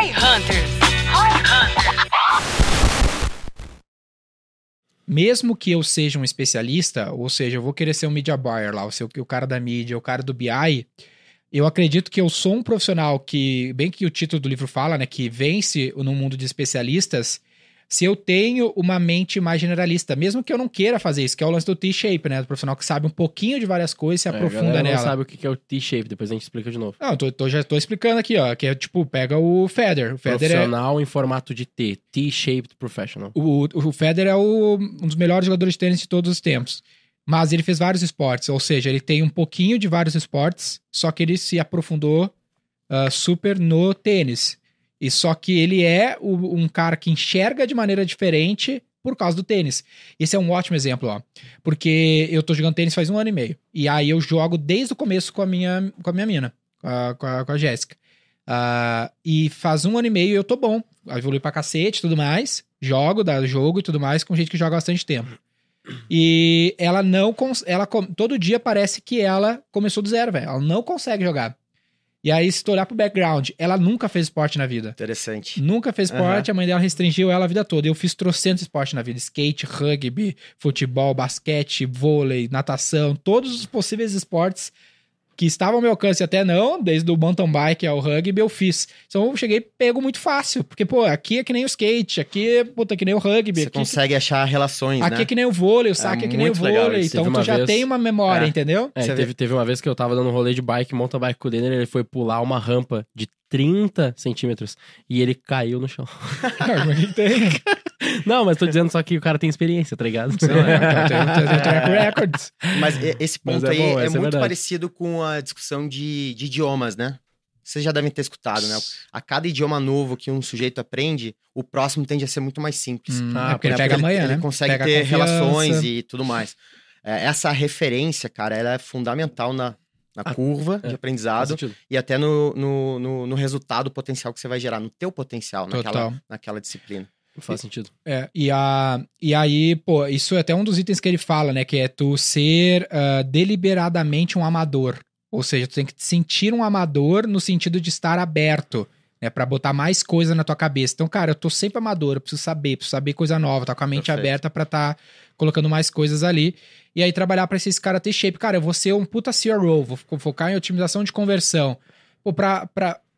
Roy Hunters. Mesmo que eu seja um especialista, ou seja, eu vou querer ser um media buyer lá, o cara da mídia, o cara do BI, eu acredito que eu sou um profissional que, bem que o título do livro fala, né, que vence no mundo de especialistas, se eu tenho uma mente mais generalista, mesmo que eu não queira fazer isso, que é o lance do T-shape, né, do profissional que sabe um pouquinho de várias coisas e se aprofunda nela. Não sabe o que é o T-shape, depois a gente explica de novo. Não, já tô explicando aqui, ó, que é tipo, pega o Federer. O Federer profissional em formato de T, T-shaped professional. O Federer é um dos melhores jogadores de tênis de todos os tempos. Mas ele fez vários esportes, ou seja, ele tem um pouquinho de vários esportes, só que ele se aprofundou super no tênis. E só que ele é um cara que enxerga de maneira diferente por causa do tênis. Esse é um ótimo exemplo, ó. Porque eu tô jogando tênis faz 1 ano e meio. E aí eu jogo desde o começo com a minha mina, com a Jéssica. E faz 1 ano e meio eu tô bom. Evolui pra cacete e tudo mais. Dá jogo e tudo mais com gente que joga bastante tempo. E ela todo dia parece que ela começou do zero, velho. Ela não consegue jogar. E aí, se tu olhar pro background, ela nunca fez esporte na vida. Interessante. Nunca fez esporte, a mãe dela restringiu ela a vida toda. Eu fiz trocentos esportes na vida. Skate, rugby, futebol, basquete, vôlei, natação. Todos os possíveis esportes que estavam ao meu alcance, até não, desde o mountain bike ao rugby, eu fiz. Então eu cheguei pego muito fácil. Porque, pô, aqui é que nem o skate, aqui é que nem o rugby. Você consegue achar relações, aqui né? é que nem o vôlei, o saque é que nem o vôlei. Então tu já tem uma memória, entendeu? Teve uma vez que eu tava dando um rolê de bike, mountain bike com o Denner, ele foi pular uma rampa de 30 centímetros e ele caiu no chão. Não, mas tô dizendo só que o cara tem experiência, tá ligado? Tem track records. Mas esse ponto aí é muito parecido com a discussão de idiomas, né? Vocês já devem ter escutado, né? A cada idioma novo que um sujeito aprende, o próximo tende a ser muito mais simples. Porque ele pega amanhã, né? Ele consegue ter relações e tudo mais. Essa referência, cara, ela é fundamental na curva de aprendizado e até no resultado potencial que você vai gerar, no teu potencial, naquela disciplina. Faz sentido. E aí, pô, isso é até um dos itens que ele fala, né? Que é tu ser deliberadamente um amador. Ou seja, tu tem que te sentir um amador no sentido de estar aberto, né? Pra botar mais coisa na tua cabeça. Então, cara, eu tô sempre amador, eu preciso saber coisa nova, tá com a mente aberta pra tá colocando mais coisas ali. E aí trabalhar pra esses caras ter shape. Cara, eu vou ser um puta CRO, vou focar em otimização de conversão. Pô, pra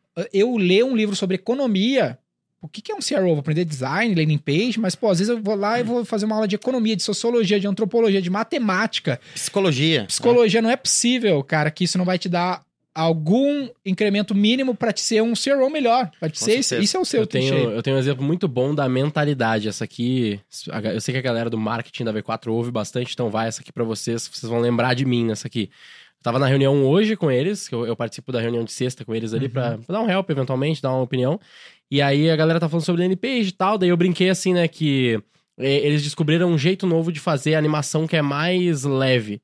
eu ler um livro sobre economia... O que é um CRO? Vou aprender design, landing page, mas, pô, às vezes eu vou lá e vou fazer uma aula de economia, de sociologia, de antropologia, de matemática. Psicologia. Não é possível, cara, que isso não vai te dar algum incremento mínimo pra te ser um CRO melhor. Pra te ser, isso é o seu eu tenho um exemplo muito bom da mentalidade. Essa aqui, eu sei que a galera do marketing da V4 ouve bastante, então vai essa aqui pra vocês vão lembrar de mim nessa aqui. Eu tava na reunião hoje com eles, que eu participo da reunião de sexta com eles ali pra dar um help, eventualmente, dar uma opinião. E aí a galera tá falando sobre landing page e tal, daí eu brinquei assim, né, que eles descobriram um jeito novo de fazer animação que é mais leve.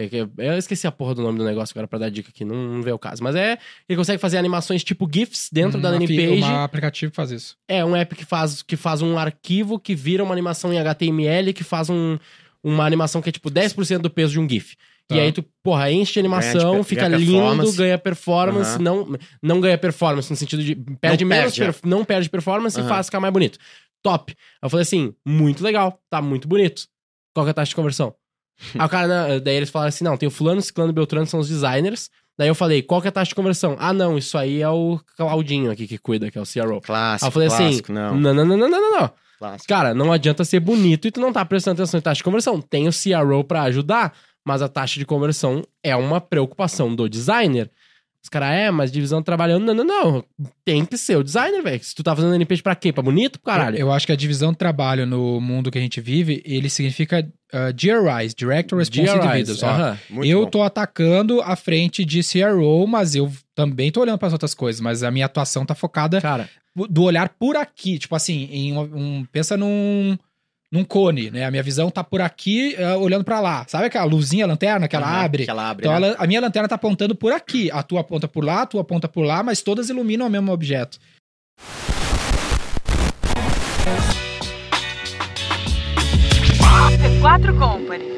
Eu esqueci a porra do nome do negócio agora pra dar dica aqui, não veio o caso. Mas ele consegue fazer animações tipo GIFs dentro da landing page. Um aplicativo que faz isso. É, um app que faz um arquivo que vira uma animação em HTML, que faz uma animação que é tipo 10% do peso de um GIF. E aí tu, porra, enche de animação, fica lindo, ganha performance, não ganha performance no sentido de não perde performance e faz ficar mais bonito. Top. Eu falei assim, muito legal, tá muito bonito. Qual que é a taxa de conversão? Aí o cara, daí eles falaram assim, não, tem o fulano, ciclano, beltrano, são os designers. Daí eu falei, qual que é a taxa de conversão? Ah, não, isso aí é o Claudinho aqui que cuida, que é o CRO. Clássico, aí eu falei assim, não. Clássico. Cara, não adianta ser bonito e tu não tá prestando atenção em taxa de conversão. Tem o CRO pra ajudar, mas a taxa de conversão é uma preocupação do designer. Os caras, mas divisão de trabalho... Não. Tem que ser o designer, velho. Se tu tá fazendo NPG pra quê? Pra bonito? Caralho. Eu acho que a divisão de trabalho no mundo que a gente vive, ele significa GRIs, Direct Response Individuals. Eu tô atacando a frente de CRO, mas eu também tô olhando pras outras coisas. Mas a minha atuação tá focada do olhar por aqui. Tipo assim, pensa num cone, né? A minha visão tá por aqui, olhando pra lá. Sabe aquela luzinha, a lanterna que ela abre? Então, né? a minha lanterna tá apontando por aqui. A tua aponta por lá, a tua aponta por lá, mas todas iluminam o mesmo objeto. V4 Company.